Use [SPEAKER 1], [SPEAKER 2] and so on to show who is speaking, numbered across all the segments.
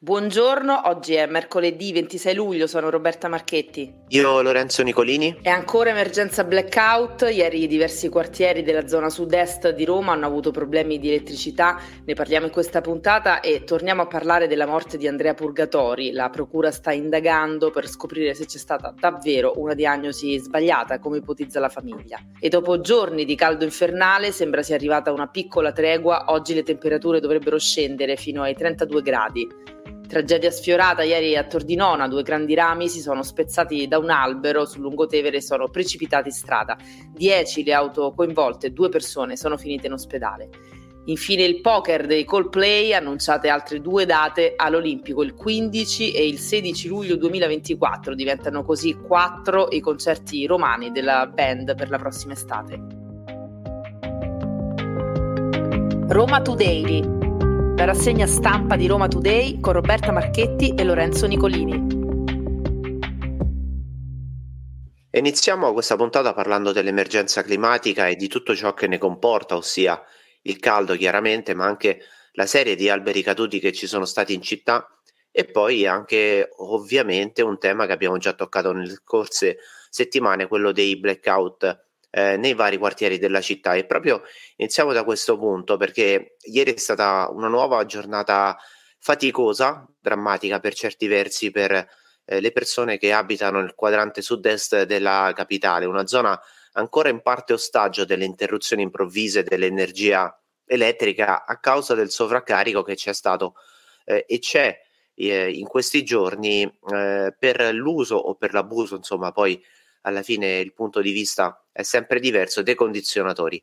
[SPEAKER 1] Buongiorno, oggi è mercoledì 26 luglio, sono Roberta Marchetti.
[SPEAKER 2] Io Lorenzo Nicolini.
[SPEAKER 1] È ancora emergenza blackout, ieri diversi quartieri della zona sud-est di Roma hanno avuto problemi di elettricità, ne parliamo in questa puntata e torniamo a parlare della morte di Andrea Purgatori. La procura sta indagando per scoprire se c'è stata davvero una diagnosi sbagliata, come ipotizza la famiglia. E dopo giorni di caldo infernale sembra sia arrivata una piccola tregua, oggi le temperature dovrebbero scendere fino ai 32 gradi. Tragedia sfiorata ieri a Tordinona, 2 grandi rami si sono spezzati da un albero sul lungotevere e sono precipitati in strada. 10 le auto coinvolte, 2 persone sono finite in ospedale. Infine il poker dei Coldplay, annunciate altre 2 date all'Olimpico, il 15 e il 16 luglio 2024, diventano così 4 i concerti romani della band per la prossima estate. Roma Today. La rassegna stampa di Roma Today con Roberta Marchetti e Lorenzo Nicolini.
[SPEAKER 2] Iniziamo questa puntata parlando dell'emergenza climatica e di tutto ciò che ne comporta, ossia il caldo chiaramente, ma anche la serie di alberi caduti che ci sono stati in città e poi anche ovviamente un tema che abbiamo già toccato nelle scorse settimane, quello dei blackout nei vari quartieri della città. E proprio iniziamo da questo punto, perché ieri è stata una nuova giornata faticosa, drammatica per certi versi per le persone che abitano nel quadrante sud-est della capitale, una zona ancora in parte ostaggio delle interruzioni improvvise dell'energia elettrica a causa del sovraccarico che c'è stato e c'è in questi giorni per l'uso o per l'abuso, insomma, poi alla fine il punto di vista è sempre diverso, dei condizionatori.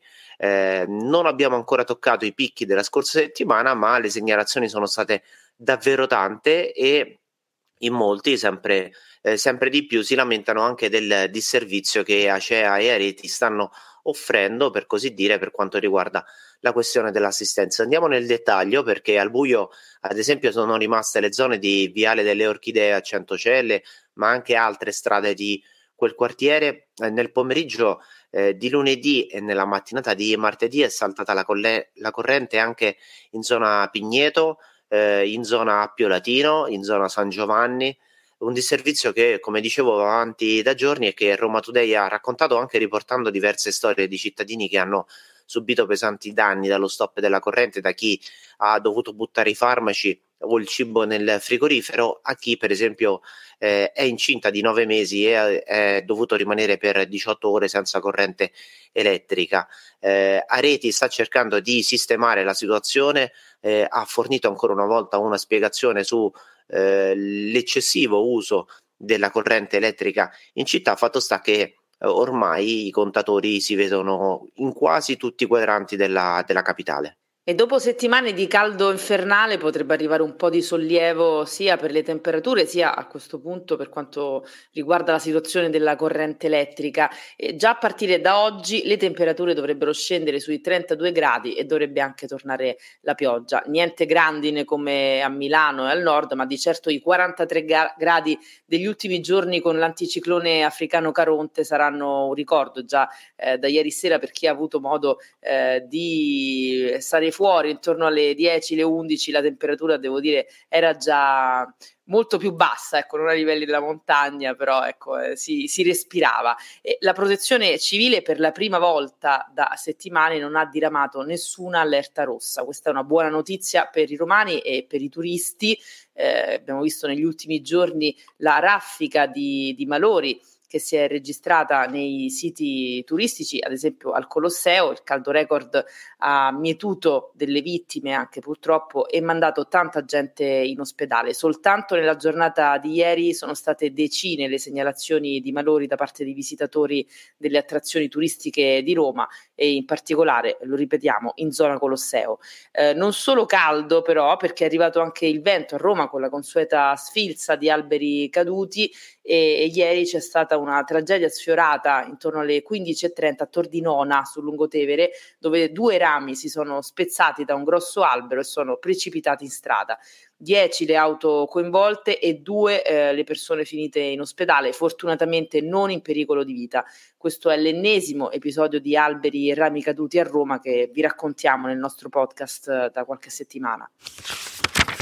[SPEAKER 2] Non abbiamo ancora toccato i picchi della scorsa settimana, ma le segnalazioni sono state davvero tante e in molti sempre di più si lamentano anche del disservizio che Acea e Areti stanno offrendo, per così dire, per quanto riguarda la questione dell'assistenza. Andiamo nel dettaglio, perché al buio, ad esempio, sono rimaste le zone di Viale delle Orchidee a Centocelle, ma anche altre strade di quel quartiere. Nel pomeriggio di lunedì e nella mattinata di martedì è saltata la corrente anche in zona Pigneto, in zona Appio Latino, in zona San Giovanni, un disservizio che, come dicevo, va avanti da giorni e che Roma Today ha raccontato anche riportando diverse storie di cittadini che hanno subito pesanti danni dallo stop della corrente, da chi ha dovuto buttare i farmaci o il cibo nel frigorifero, a chi per esempio è incinta di 9 mesi e è dovuto rimanere per 18 ore senza corrente elettrica. Areti sta cercando di sistemare la situazione, ha fornito ancora una volta una spiegazione su l'eccessivo uso della corrente elettrica in città. Fatto sta che ormai i contatori si vedono in quasi tutti i quadranti della capitale.
[SPEAKER 1] E dopo settimane di caldo infernale potrebbe arrivare un po' di sollievo sia per le temperature sia a questo punto per quanto riguarda la situazione della corrente elettrica. E già a partire da oggi le temperature dovrebbero scendere sui 32 gradi e dovrebbe anche tornare la pioggia. Niente grandine come a Milano e al nord, ma di certo i 43 gradi degli ultimi giorni con l'anticiclone africano Caronte saranno un ricordo già da ieri sera per chi ha avuto modo di stare fuori intorno alle 10, le 11. La temperatura, devo dire, era già molto più bassa, ecco, non a livelli della montagna, però ecco, si respirava. E la protezione civile per la prima volta da settimane non ha diramato nessuna allerta rossa. Questa è una buona notizia per i romani e per i turisti. Abbiamo visto negli ultimi giorni la raffica di malori che si è registrata nei siti turistici, ad esempio al Colosseo. Il caldo record ha mietuto delle vittime anche purtroppo e mandato tanta gente in ospedale. Soltanto nella giornata di ieri sono state decine le segnalazioni di malori da parte di visitatori delle attrazioni turistiche di Roma e in particolare, lo ripetiamo, in zona Colosseo. Non solo caldo però, perché è arrivato anche il vento a Roma con la consueta sfilza di alberi caduti e ieri c'è stata una tragedia sfiorata intorno alle 15:30 a Tordinona sul lungotevere, dove 2 rami si sono spezzati da un grosso albero e sono precipitati in strada. 10 le auto coinvolte e 2 le persone finite in ospedale, fortunatamente non in pericolo di vita. Questo è l'ennesimo episodio di alberi e rami caduti a Roma che vi raccontiamo nel nostro podcast da qualche settimana.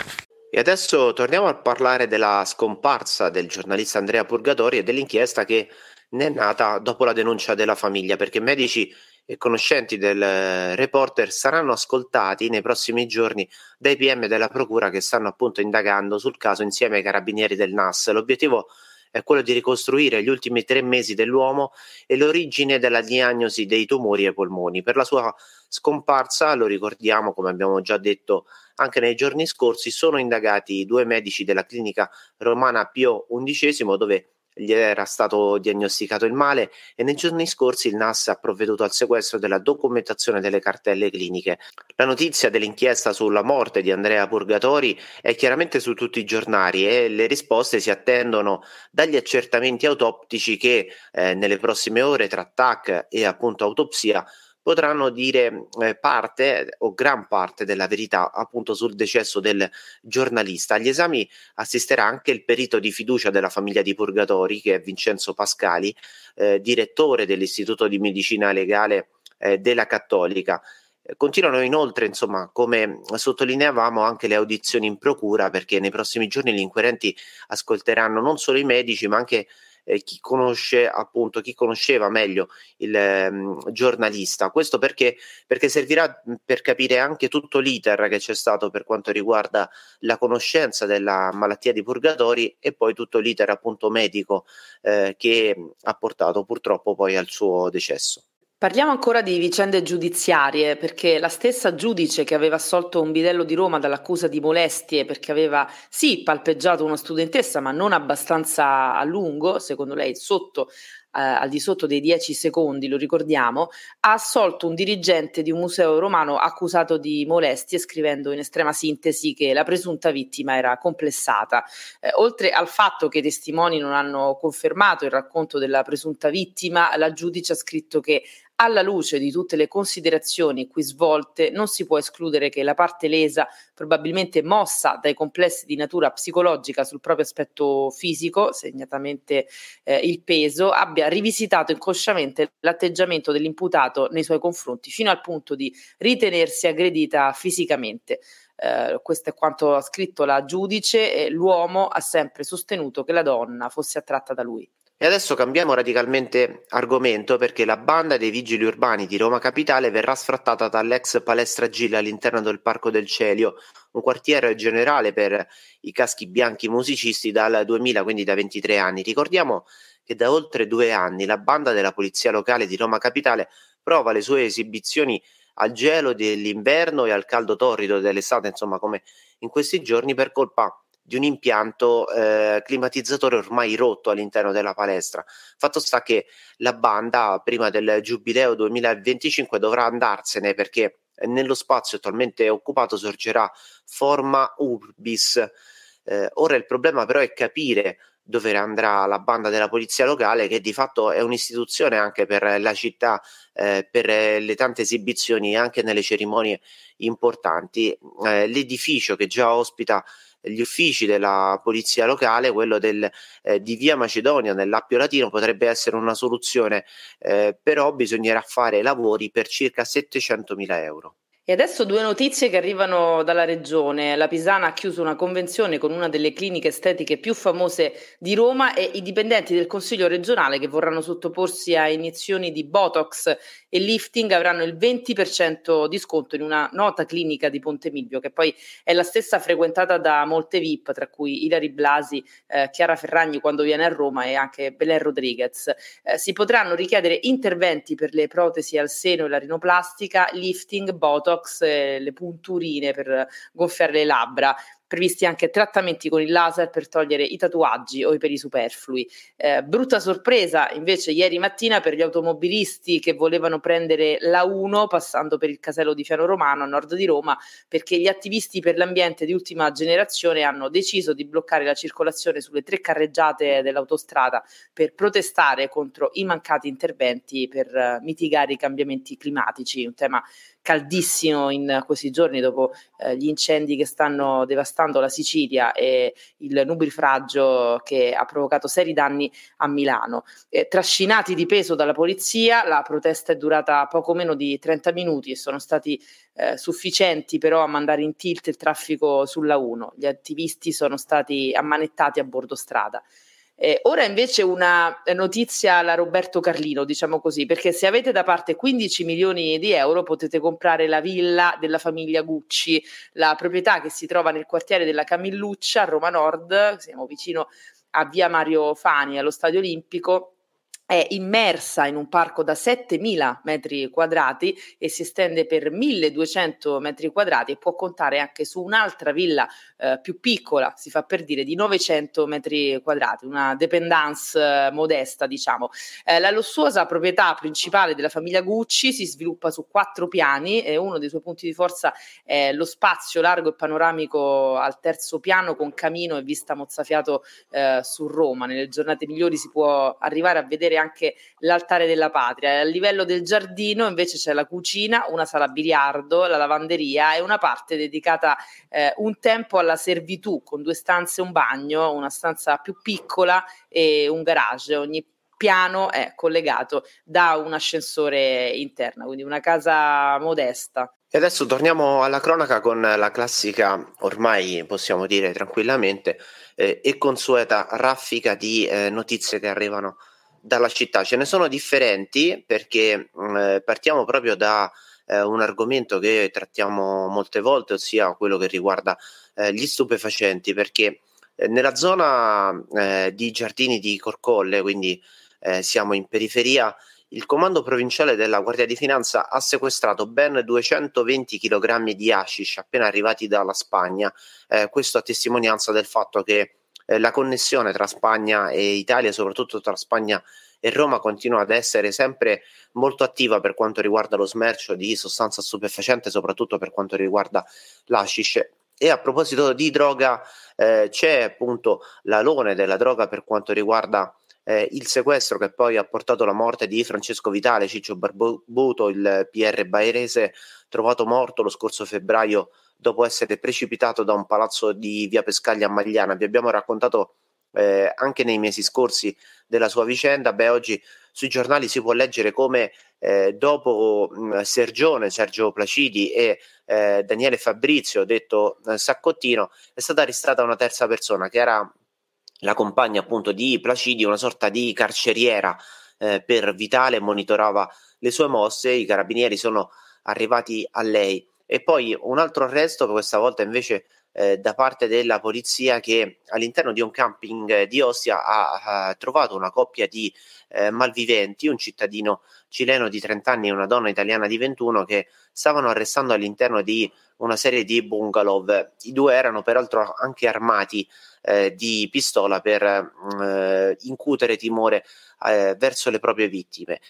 [SPEAKER 2] E adesso torniamo a parlare della scomparsa del giornalista Andrea Purgatori e dell'inchiesta che ne è nata dopo la denuncia della famiglia, perché medici e conoscenti del reporter saranno ascoltati nei prossimi giorni dai PM della Procura che stanno appunto indagando sul caso insieme ai carabinieri del NAS. L'obiettivo è quello di ricostruire gli ultimi 3 mesi dell'uomo e l'origine della diagnosi dei tumori ai polmoni. Per la sua scomparsa, lo ricordiamo, come abbiamo già detto anche nei giorni scorsi, sono indagati 2 medici della clinica romana Pio XI, dove gli era stato diagnosticato il male, e nei giorni scorsi il NAS ha provveduto al sequestro della documentazione delle cartelle cliniche. La notizia dell'inchiesta sulla morte di Andrea Purgatori è chiaramente su tutti i giornali e le risposte si attendono dagli accertamenti autoptici che nelle prossime ore, tra TAC e appunto autopsia, potranno dire parte o gran parte della verità appunto sul decesso del giornalista. Agli esami assisterà anche il perito di fiducia della famiglia di Purgatori, che è Vincenzo Pascali, direttore dell'Istituto di Medicina Legale della Cattolica. Continuano inoltre, insomma, come sottolineavamo, anche le audizioni in procura, perché nei prossimi giorni gli inquirenti ascolteranno non solo i medici, ma anche chi conosceva meglio il giornalista. Questo perché servirà per capire anche tutto l'iter che c'è stato per quanto riguarda la conoscenza della malattia di Purgatori e poi tutto l'iter appunto medico che ha portato purtroppo poi al suo decesso.
[SPEAKER 1] Parliamo ancora di vicende giudiziarie, perché la stessa giudice che aveva assolto un bidello di Roma dall'accusa di molestie perché aveva sì palpeggiato una studentessa, ma non abbastanza a lungo, secondo lei al di sotto dei 10 secondi, lo ricordiamo, ha assolto un dirigente di un museo romano accusato di molestie, scrivendo in estrema sintesi che la presunta vittima era complessata. Oltre al fatto che i testimoni non hanno confermato il racconto della presunta vittima, la giudice ha scritto che alla luce di tutte le considerazioni qui svolte, non si può escludere che la parte lesa, probabilmente mossa dai complessi di natura psicologica sul proprio aspetto fisico, segnatamente il peso, abbia rivisitato inconsciamente l'atteggiamento dell'imputato nei suoi confronti, fino al punto di ritenersi aggredita fisicamente. Questo è quanto ha scritto la giudice e l'uomo ha sempre sostenuto che la donna fosse attratta da lui.
[SPEAKER 2] E adesso cambiamo radicalmente argomento, perché la banda dei vigili urbani di Roma Capitale verrà sfrattata dall'ex Palestra Gilla all'interno del Parco del Celio, un quartiere generale per i caschi bianchi musicisti dal 2000, quindi da 23 anni. Ricordiamo che da oltre 2 anni la banda della Polizia Locale di Roma Capitale prova le sue esibizioni al gelo dell'inverno e al caldo torrido dell'estate, insomma come in questi giorni, per colpa di un impianto climatizzatore ormai rotto all'interno della palestra. Fatto sta che la banda prima del Giubileo 2025 dovrà andarsene, perché nello spazio attualmente occupato sorgerà Forma Urbis. Ora il problema però è capire dove andrà la banda della polizia locale, che di fatto è un'istituzione anche per la città, per le tante esibizioni e anche nelle cerimonie importanti. L'edificio che già ospita gli uffici della polizia locale, quello di via Macedonia nell'Appio Latino, potrebbe essere una soluzione, però bisognerà fare lavori per circa 700.000 euro.
[SPEAKER 1] E adesso due notizie che arrivano dalla regione. La Pisana ha chiuso una convenzione con una delle cliniche estetiche più famose di Roma e i dipendenti del Consiglio regionale che vorranno sottoporsi a iniezioni di Botox e lifting avranno il 20% di sconto in una nota clinica di Ponte Milvio, che poi è la stessa frequentata da molte VIP, tra cui Ilari Blasi, Chiara Ferragni quando viene a Roma e anche Belen Rodriguez. Si potranno richiedere interventi per le protesi al seno e la rinoplastica, lifting, Botox, le punturine per gonfiare le labbra. Previsti anche trattamenti con il laser per togliere i tatuaggi o i peli superflui. Brutta sorpresa invece ieri mattina per gli automobilisti che volevano prendere la 1 passando per il casello di Fiano Romano a nord di Roma, perché gli attivisti per l'ambiente di ultima generazione hanno deciso di bloccare la circolazione sulle 3 carreggiate dell'autostrada per protestare contro i mancati interventi per mitigare i cambiamenti climatici, un tema caldissimo in questi giorni dopo gli incendi che stanno devastando la Sicilia e il nubifragio che ha provocato seri danni a Milano. Trascinati di peso dalla polizia, la protesta è durata poco meno di 30 minuti e sono stati sufficienti però a mandare in tilt il traffico sulla 1. Gli attivisti sono stati ammanettati a bordo strada. Ora invece una notizia alla Roberto Carlino, diciamo così, perché se avete da parte 15 milioni di euro potete comprare la villa della famiglia Gucci, la proprietà che si trova nel quartiere della Camilluccia a Roma Nord, siamo vicino a via Mario Fani, allo Stadio Olimpico. È immersa in un parco da 7.000 metri quadrati e si estende per 1.200 metri quadrati e può contare anche su un'altra villa più piccola, si fa per dire, di 900 metri quadrati, una dépendance modesta, diciamo. La lussuosa proprietà principale della famiglia Gucci si sviluppa su 4 piani e uno dei suoi punti di forza è lo spazio largo e panoramico al terzo piano con camino e vista mozzafiato su Roma. Nelle giornate migliori si può arrivare a vedere anche l'altare della patria. A livello del giardino invece c'è la cucina, una sala biliardo, la lavanderia e una parte dedicata un tempo alla servitù con 2 stanze e un bagno, una stanza più piccola e un garage. Ogni piano è collegato da un ascensore interno, quindi una casa modesta.
[SPEAKER 2] E adesso torniamo alla cronaca con la classica, ormai possiamo dire tranquillamente, e consueta raffica di notizie che arrivano dalla città. Ce ne sono differenti perché partiamo proprio da un argomento che trattiamo molte volte, ossia quello che riguarda gli stupefacenti, perché nella zona di Giardini di Corcolle, quindi siamo in periferia, il comando provinciale della Guardia di Finanza ha sequestrato ben 220 kg di hashish appena arrivati dalla Spagna, questo a testimonianza del fatto che la connessione tra Spagna e Italia, soprattutto tra Spagna e Roma, continua ad essere sempre molto attiva per quanto riguarda lo smercio di sostanza stupefacente, soprattutto per quanto riguarda l'hashish. E a proposito di droga, c'è appunto l'alone della droga per quanto riguarda il sequestro che poi ha portato alla morte di Francesco Vitale, Ciccio Barbuto, il PR bairese, trovato morto lo scorso febbraio dopo essere precipitato da un palazzo di via Pescaglia a Magliana. Vi abbiamo raccontato anche nei mesi scorsi della sua vicenda. Oggi sui giornali si può leggere come dopo Sergio Placidi e Daniele Fabrizio, detto Saccottino, è stata arrestata una terza persona che era la compagna appunto di Placidi, una sorta di carceriera per Vitale, monitorava le sue mosse. I carabinieri sono arrivati a lei. E poi un altro arresto, questa volta invece da parte della polizia, che all'interno di un camping di Ostia ha trovato una coppia di malviventi, un cittadino cileno di 30 anni e una donna italiana di 21, che stavano arrestando all'interno di una serie di bungalow. I due erano peraltro anche armati di pistola per incutere timore verso le proprie vittime.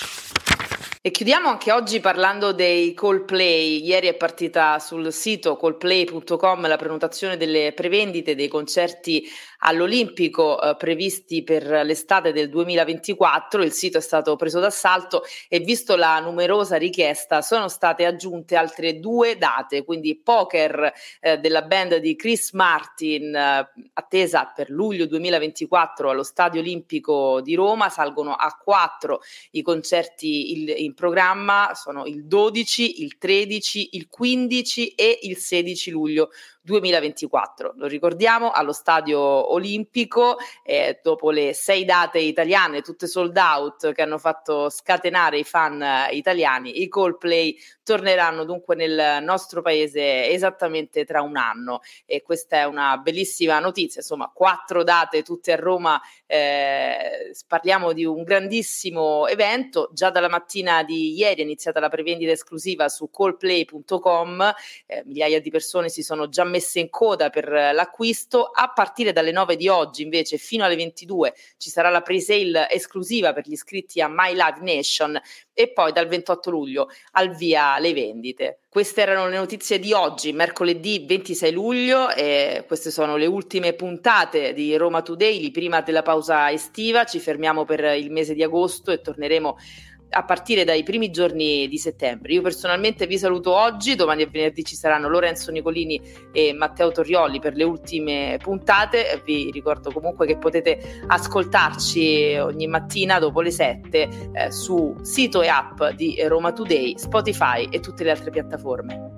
[SPEAKER 1] E chiudiamo anche oggi parlando dei Coldplay. Ieri è partita sul sito coldplay.com la prenotazione delle prevendite dei concerti all'Olimpico previsti per l'estate del 2024. Il sito è stato preso d'assalto e visto la numerosa richiesta sono state aggiunte altre 2 date, quindi Poker della band di Chris Martin attesa per luglio 2024 allo Stadio Olimpico di Roma. Salgono a 4 i concerti in programma, sono il 12, il 13, il 15 e il 16 luglio 2024. Lo ricordiamo, allo Stadio Olimpico, dopo le 6 date italiane, tutte sold out, che hanno fatto scatenare i fan italiani, i Coldplay torneranno dunque nel nostro paese esattamente tra un anno, e questa è una bellissima notizia. Insomma, 4 date tutte a Roma, parliamo di un grandissimo evento. Già dalla mattina di ieri è iniziata la prevendita esclusiva su coldplay.com, migliaia di persone si sono già messe in coda per l'acquisto. A partire dalle 9 di oggi invece fino alle 22 ci sarà la pre-sale esclusiva per gli iscritti a My Live Nation e poi dal 28 luglio al via le vendite. Queste erano le notizie di oggi, mercoledì 26 luglio, e queste sono le ultime puntate di Roma Today prima della pausa estiva. Ci fermiamo per il mese di agosto e torneremo a partire dai primi giorni di settembre. Io personalmente vi saluto oggi, domani e venerdì ci saranno Lorenzo Nicolini e Matteo Torrioli per le ultime puntate. Vi ricordo comunque che potete ascoltarci ogni mattina dopo le 7 su sito e app di Roma Today, Spotify e tutte le altre piattaforme.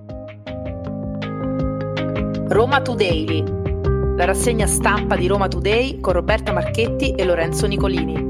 [SPEAKER 1] Roma Today, la rassegna stampa di Roma Today con Roberta Marchetti e Lorenzo Nicolini.